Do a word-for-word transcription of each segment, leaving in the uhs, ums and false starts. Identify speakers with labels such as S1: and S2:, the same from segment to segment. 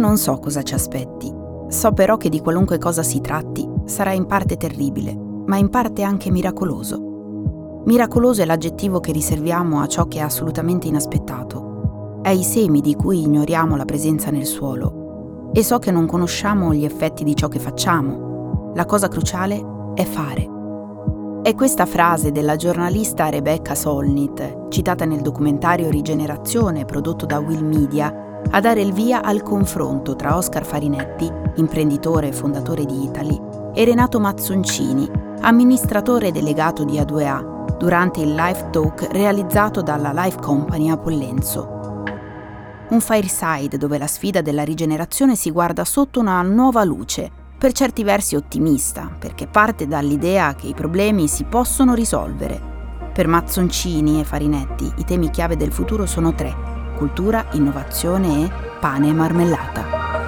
S1: non so cosa ci aspetti. So però che di qualunque cosa si tratti sarà in parte terribile, ma in parte anche miracoloso. Miracoloso è l'aggettivo che riserviamo a ciò che è assolutamente inaspettato, ai semi di cui ignoriamo la presenza nel suolo. E so che non conosciamo gli effetti di ciò che facciamo. La cosa cruciale è fare. È questa frase della giornalista Rebecca Solnit, citata nel documentario Rigenerazione prodotto da Will Media, a dare il via al confronto tra Oscar Farinetti, imprenditore e fondatore di Italy, e Renato Mazzoncini, amministratore delegato di A due A, durante il live talk realizzato dalla Live Company a Pollenzo. Un fireside dove la sfida della rigenerazione si guarda sotto una nuova luce, per certi versi ottimista, perché parte dall'idea che i problemi si possono risolvere. Per Mazzoncini e Farinetti i temi chiave del futuro sono tre: cultura, innovazione e pane e marmellata.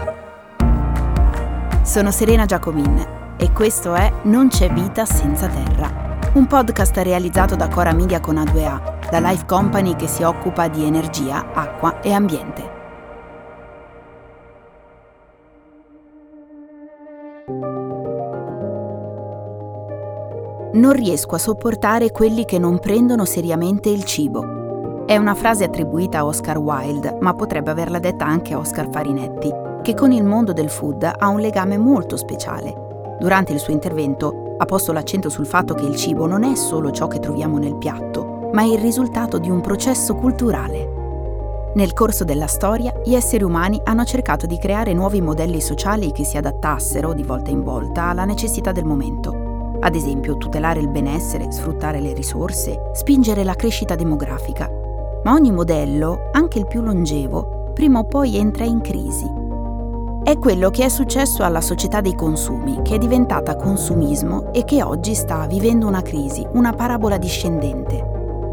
S1: Sono Serena Giacomin e questo è Non c'è vita senza terra, un podcast realizzato da Cora Media con A due A, la Live Company che si occupa di energia, acqua e ambiente. Non riesco a sopportare quelli che non prendono seriamente il cibo. È una frase attribuita a Oscar Wilde, ma potrebbe averla detta anche Oscar Farinetti, che con il mondo del food ha un legame molto speciale. Durante il suo intervento ha posto l'accento sul fatto che il cibo non è solo ciò che troviamo nel piatto, ma è il risultato di un processo culturale. Nel corso della storia, gli esseri umani hanno cercato di creare nuovi modelli sociali che si adattassero, di volta in volta, alla necessità del momento. Ad esempio, tutelare il benessere, sfruttare le risorse, spingere la crescita demografica. Ma ogni modello, anche il più longevo, prima o poi entra in crisi. È quello che è successo alla società dei consumi, che è diventata consumismo e che oggi sta vivendo una crisi, una parabola discendente.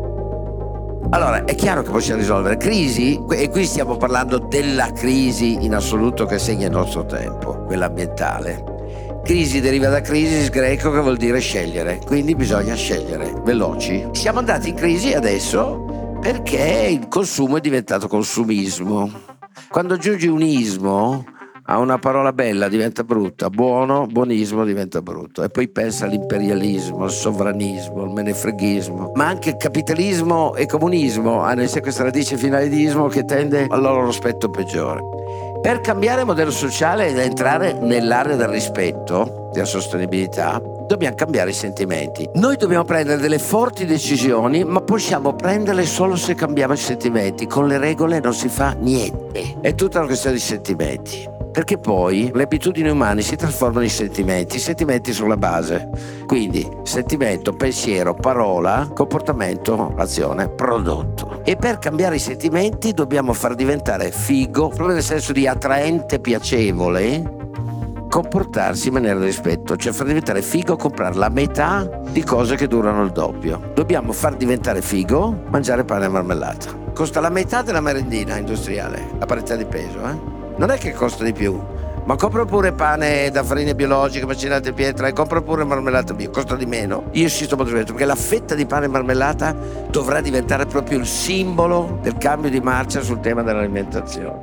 S2: Allora, è chiaro che possiamo risolvere crisi, e qui stiamo parlando della crisi in assoluto che segna il nostro tempo, quella ambientale. Crisi deriva da crisis greco, che vuol dire scegliere, quindi bisogna scegliere, veloci. Siamo andati in crisi adesso perché il consumo è diventato consumismo. Quando aggiungi un ismo a una parola bella diventa brutta, buono, buonismo diventa brutto. E poi pensa all'imperialismo, al sovranismo, al menefreghismo, ma anche il capitalismo e comunismo hanno in sé questa radice finale di ismo che tende al loro aspetto peggiore. Per cambiare modello sociale ed entrare nell'area del rispetto, della sostenibilità, dobbiamo cambiare i sentimenti. Noi dobbiamo prendere delle forti decisioni, ma possiamo prenderle solo se cambiamo i sentimenti. Con le regole non si fa niente. È tutta una questione di sentimenti. Perché poi le abitudini umane si trasformano in sentimenti. I sentimenti sono la base. Quindi sentimento, pensiero, parola, comportamento, azione, prodotto. E per cambiare i sentimenti dobbiamo far diventare figo, proprio nel senso di attraente, piacevole, comportarsi in maniera di rispetto, cioè far diventare figo comprare la metà di cose che durano il doppio. Dobbiamo far diventare figo mangiare pane e marmellata. Costa la metà della merendina industriale, a parità di peso, eh? Non è che costa di più, ma compro pure pane da farine biologiche, macinate in pietra, e compro pure marmellata bio, costa di meno. Io insisto molto perché la fetta di pane e marmellata dovrà diventare proprio il simbolo del cambio di marcia sul tema dell'alimentazione.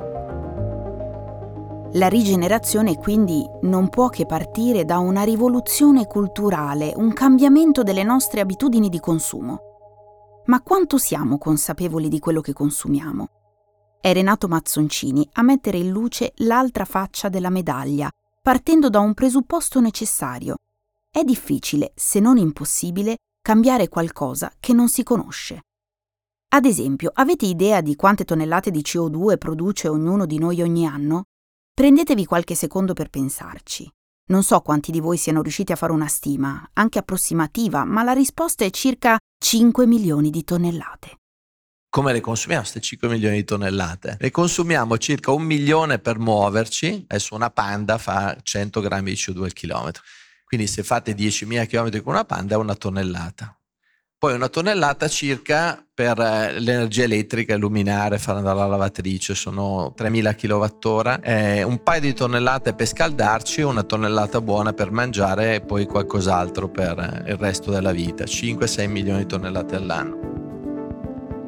S1: La rigenerazione quindi non può che partire da una rivoluzione culturale, un cambiamento delle nostre abitudini di consumo. Ma quanto siamo consapevoli di quello che consumiamo? È Renato Mazzoncini a mettere in luce l'altra faccia della medaglia, partendo da un presupposto necessario. È difficile, se non impossibile, cambiare qualcosa che non si conosce. Ad esempio, avete idea di quante tonnellate di C O due produce ognuno di noi ogni anno? Prendetevi qualche secondo per pensarci. Non so quanti di voi siano riusciti a fare una stima, anche approssimativa, ma la risposta è circa cinque milioni di tonnellate.
S3: Come le consumiamo queste cinque milioni di tonnellate? Le consumiamo circa un milione per muoverci. Adesso una Panda fa cento grammi di C O due al chilometro. Quindi se fate diecimila chilometri con una Panda è una tonnellata. Poi una tonnellata circa per l'energia elettrica, illuminare, fare andare la lavatrice, sono tremila kilowattora. Eh, un paio di tonnellate per scaldarci, una tonnellata buona per mangiare e poi qualcos'altro per il resto della vita. cinque sei milioni di tonnellate all'anno.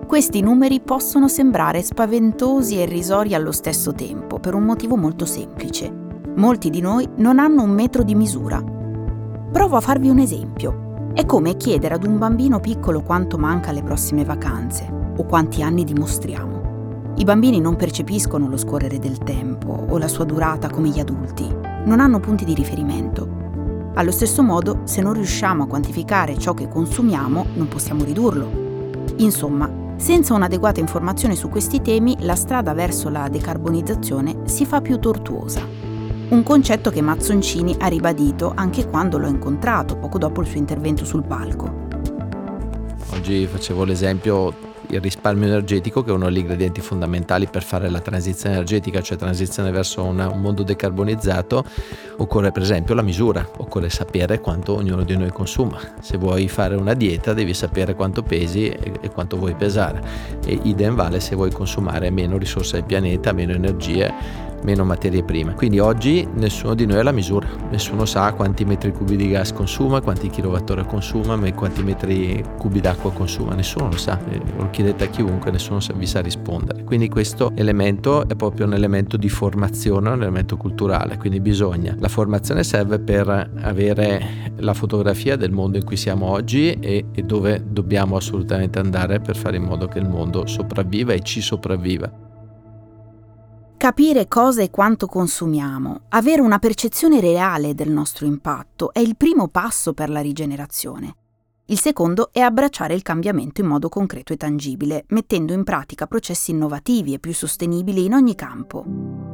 S1: Questi numeri possono sembrare spaventosi e irrisori allo stesso tempo, per un motivo molto semplice. Molti di noi non hanno un metro di misura. Provo a farvi un esempio. È come chiedere ad un bambino piccolo quanto manca alle prossime vacanze o quanti anni dimostriamo. I bambini non percepiscono lo scorrere del tempo o la sua durata come gli adulti. Non hanno punti di riferimento. Allo stesso modo, se non riusciamo a quantificare ciò che consumiamo, non possiamo ridurlo. Insomma, senza un'adeguata informazione su questi temi, la strada verso la decarbonizzazione si fa più tortuosa. Un concetto che Mazzoncini ha ribadito anche quando l'ho incontrato, poco dopo il suo intervento sul palco.
S3: Oggi facevo l'esempio il risparmio energetico, che è uno degli ingredienti fondamentali per fare la transizione energetica, cioè transizione verso una, un mondo decarbonizzato. Occorre per esempio la misura, occorre sapere quanto ognuno di noi consuma. Se vuoi fare una dieta devi sapere quanto pesi e, e quanto vuoi pesare, e idem vale se vuoi consumare meno risorse del pianeta, meno energie, meno materie prime. Quindi oggi nessuno di noi ha la misura, nessuno sa quanti metri cubi di gas consuma, quanti kilowattora consuma, ma quanti metri cubi d'acqua consuma, nessuno lo sa, lo chiedete a chiunque, nessuno vi sa rispondere. Quindi questo elemento è proprio un elemento di formazione, un elemento culturale, quindi bisogna, la formazione serve per avere la fotografia del mondo in cui siamo oggi e, e dove dobbiamo assolutamente andare per fare in modo che il mondo sopravviva e ci sopravviva.
S1: Capire cosa e quanto consumiamo, avere una percezione reale del nostro impatto è il primo passo per la rigenerazione. Il secondo è abbracciare il cambiamento in modo concreto e tangibile, mettendo in pratica processi innovativi e più sostenibili in ogni campo.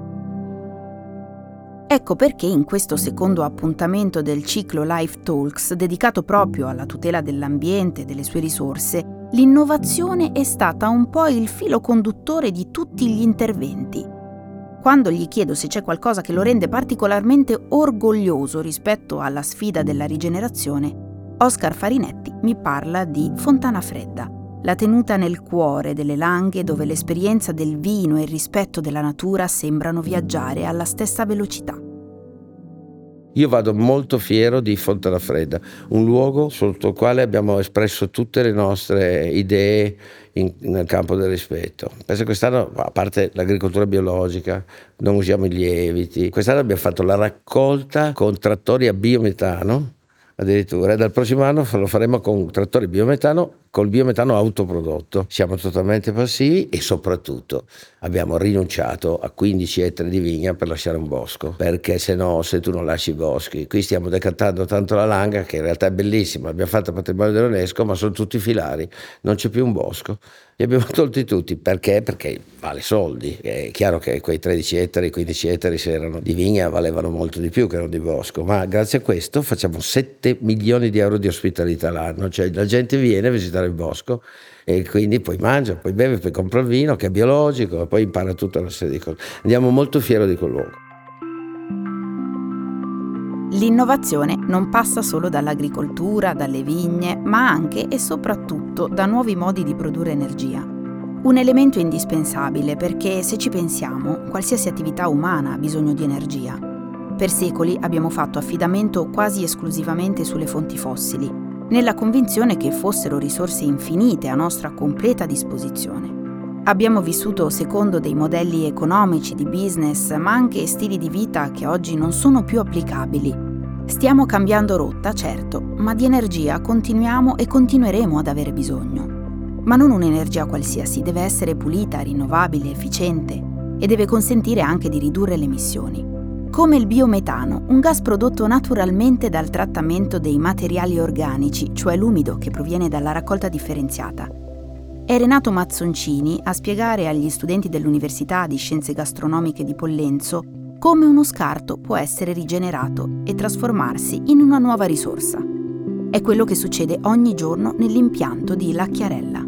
S1: Ecco perché in questo secondo appuntamento del ciclo Life Talks, dedicato proprio alla tutela dell'ambiente e delle sue risorse, l'innovazione è stata un po' il filo conduttore di tutti gli interventi. Quando gli chiedo se c'è qualcosa che lo rende particolarmente orgoglioso rispetto alla sfida della rigenerazione, Oscar Farinetti mi parla di Fontana Fredda, la tenuta nel cuore delle Langhe dove l'esperienza del vino e il rispetto della natura sembrano viaggiare alla stessa velocità.
S2: Io vado molto fiero di Fontana Fredda, un luogo sotto il quale abbiamo espresso tutte le nostre idee in, nel campo del rispetto. Penso che quest'anno, a parte l'agricoltura biologica, non usiamo i lieviti, quest'anno abbiamo fatto la raccolta con trattori a biometano, addirittura, e dal prossimo anno lo faremo con trattori biometano, col biometano autoprodotto. Siamo totalmente passivi e soprattutto abbiamo rinunciato a quindici ettari di vigna per lasciare un bosco, perché se no, se tu non lasci i boschi, qui stiamo decantando tanto la Langa, che in realtà è bellissima, abbiamo fatto patrimonio dell'UNESCO, ma sono tutti filari, non c'è più un bosco. Li abbiamo tolti tutti, perché? Perché vale soldi. È chiaro che quei tredici ettari, quindici ettari se erano di vigna valevano molto di più che erano di bosco, ma grazie a questo facciamo sette milioni di euro di ospitalità l'anno, cioè la gente viene a visitare il bosco e quindi poi mangia, poi beve, poi compra il vino che è biologico e poi impara tutta una serie di cose. Andiamo molto fieri di quel luogo.
S1: L'innovazione non passa solo dall'agricoltura, dalle vigne, ma anche e soprattutto da nuovi modi di produrre energia. Un elemento indispensabile perché, se ci pensiamo, qualsiasi attività umana ha bisogno di energia. Per secoli abbiamo fatto affidamento quasi esclusivamente sulle fonti fossili, nella convinzione che fossero risorse infinite a nostra completa disposizione. Abbiamo vissuto secondo dei modelli economici, di business, ma anche stili di vita che oggi non sono più applicabili. Stiamo cambiando rotta, certo, ma di energia continuiamo e continueremo ad avere bisogno. Ma non un'energia qualsiasi, deve essere pulita, rinnovabile, efficiente e deve consentire anche di ridurre le emissioni. Come il biometano, un gas prodotto naturalmente dal trattamento dei materiali organici, cioè l'umido che proviene dalla raccolta differenziata. È Renato Mazzoncini a spiegare agli studenti dell'Università di Scienze Gastronomiche di Pollenzo come uno scarto può essere rigenerato e trasformarsi in una nuova risorsa. È quello che succede ogni giorno nell'impianto di La Chiarella.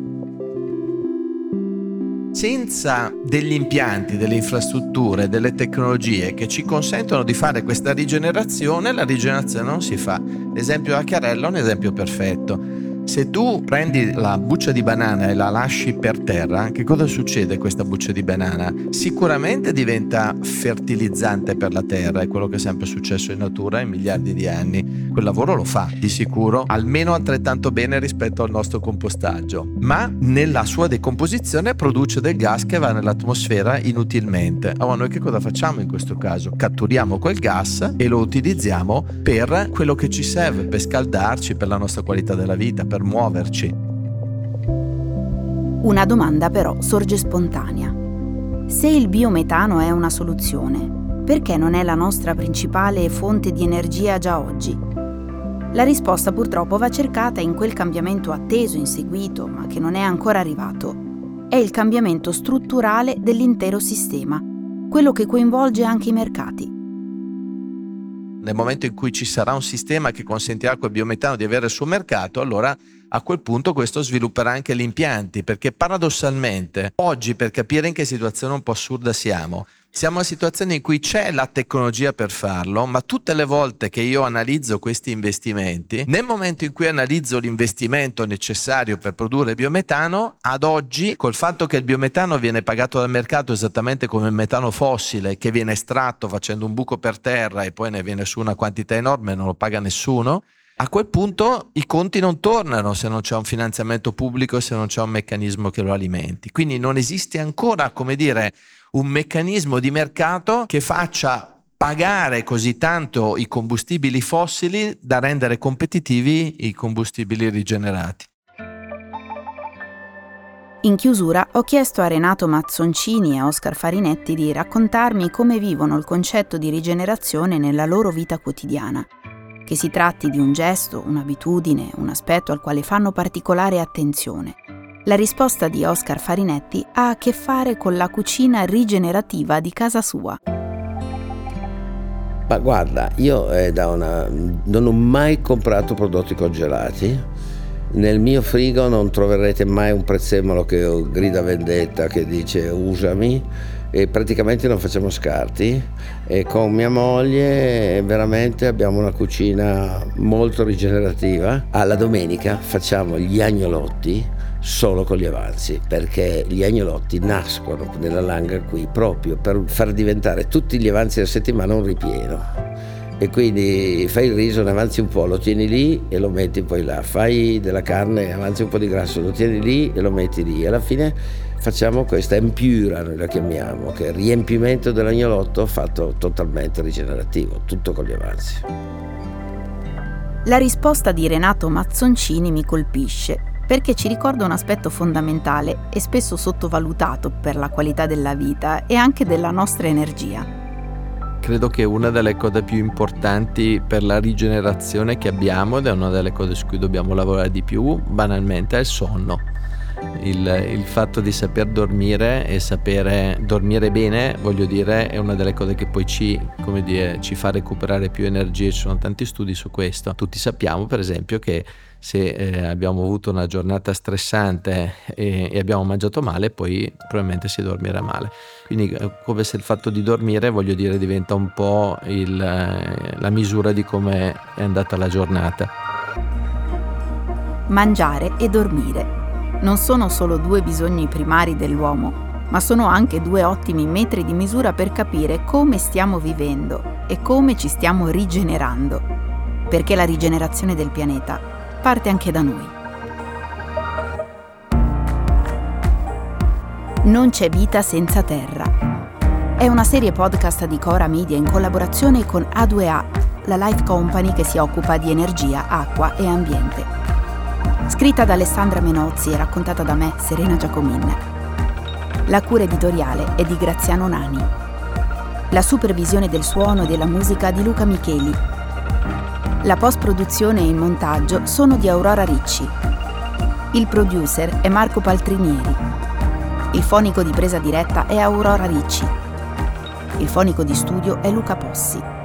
S3: Senza degli impianti, delle infrastrutture, delle tecnologie che ci consentono di fare questa rigenerazione, la rigenerazione non si fa. L'esempio della Chiarella è un esempio perfetto. Se tu prendi la buccia di banana e la lasci per terra, che cosa succede a questa buccia di banana? Sicuramente diventa fertilizzante per la terra, è quello che è sempre successo in natura in miliardi di anni. quel lavoro lo fa di sicuro almeno altrettanto bene rispetto al nostro compostaggio, ma nella sua decomposizione produce del gas che va nell'atmosfera inutilmente. Allora noi che cosa facciamo in questo caso? Catturiamo quel gas e lo utilizziamo per quello che ci serve, per scaldarci, per la nostra qualità della vita, per muoverci.
S1: Una domanda però sorge spontanea. Se il biometano è una soluzione, perché non è la nostra principale fonte di energia già oggi? La risposta purtroppo va cercata in quel cambiamento atteso, inseguito, ma che non è ancora arrivato. È il cambiamento strutturale dell'intero sistema, quello che coinvolge anche i mercati.
S3: Nel momento in cui ci sarà un sistema che consentirà a quel biometano di avere sul mercato, allora a quel punto questo svilupperà anche gli impianti, perché paradossalmente oggi, per capire in che situazione un po' assurda siamo, siamo in una situazione in cui c'è la tecnologia per farlo, ma tutte le volte che io analizzo questi investimenti, nel momento in cui analizzo l'investimento necessario per produrre biometano, ad oggi, col fatto che il biometano viene pagato dal mercato esattamente come il metano fossile, che viene estratto facendo un buco per terra e poi ne viene su una quantità enorme e non lo paga nessuno, a quel punto i conti non tornano se non c'è un finanziamento pubblico, se non c'è un meccanismo che lo alimenti. Quindi non esiste ancora, come dire, un meccanismo di mercato che faccia pagare così tanto i combustibili fossili da rendere competitivi i combustibili rigenerati.
S1: In chiusura ho chiesto a Renato Mazzoncini e Oscar Farinetti di raccontarmi come vivono il concetto di rigenerazione nella loro vita quotidiana. Che si tratti di un gesto, un'abitudine, un aspetto al quale fanno particolare attenzione. La risposta di Oscar Farinetti ha a che fare con la cucina rigenerativa di casa sua.
S2: Ma guarda, io è da una... non ho mai comprato prodotti congelati. Nel mio frigo non troverete mai un prezzemolo che grida vendetta, che dice usami, e praticamente non facciamo scarti, e con mia moglie veramente abbiamo una cucina molto rigenerativa. Alla domenica facciamo gli agnolotti solo con gli avanzi, perché gli agnolotti nascono nella langa qui proprio per far diventare tutti gli avanzi della settimana un ripieno. E quindi fai il riso, ne avanzi un po', lo tieni lì e lo metti poi là, fai della carne, avanzi un po' di grasso, lo tieni lì e lo metti lì. Alla fine facciamo questa empura, noi la chiamiamo, che è il riempimento dell'agnolotto fatto totalmente rigenerativo, tutto con gli avanzi.
S1: La risposta di Renato Mazzoncini mi colpisce, perché ci ricorda un aspetto fondamentale e spesso sottovalutato per la qualità della vita e anche della nostra energia.
S3: Credo che una delle cose più importanti per la rigenerazione che abbiamo, ed è una delle cose su cui dobbiamo lavorare di più, banalmente, è il sonno. Il, il fatto di saper dormire e sapere dormire bene, voglio dire, è una delle cose che poi ci, come dire, ci fa recuperare più energie. Ci sono tanti studi su questo. Tutti sappiamo, per esempio, che se eh, abbiamo avuto una giornata stressante e, e abbiamo mangiato male, poi probabilmente si dormirà male. Quindi eh, come se il fatto di dormire, voglio dire, diventa un po' il, eh, la misura di come è andata la giornata.
S1: Mangiare e dormire non sono solo due bisogni primari dell'uomo, ma sono anche due ottimi metri di misura per capire come stiamo vivendo e come ci stiamo rigenerando, perché la rigenerazione del pianeta parte anche da noi. Non c'è vita senza terra. È una serie podcast di Cora Media in collaborazione con A due A, la life company che si occupa di energia, acqua e ambiente. Scritta da Alessandra Menozzi e raccontata da me, Serena Giacomin. La cura editoriale è di Graziano Nani. La supervisione del suono e della musica di Luca Micheli. La post-produzione e il montaggio sono di Aurora Ricci. Il producer è Marco Paltrinieri. Il fonico di presa diretta è Aurora Ricci. Il fonico di studio è Luca Possi.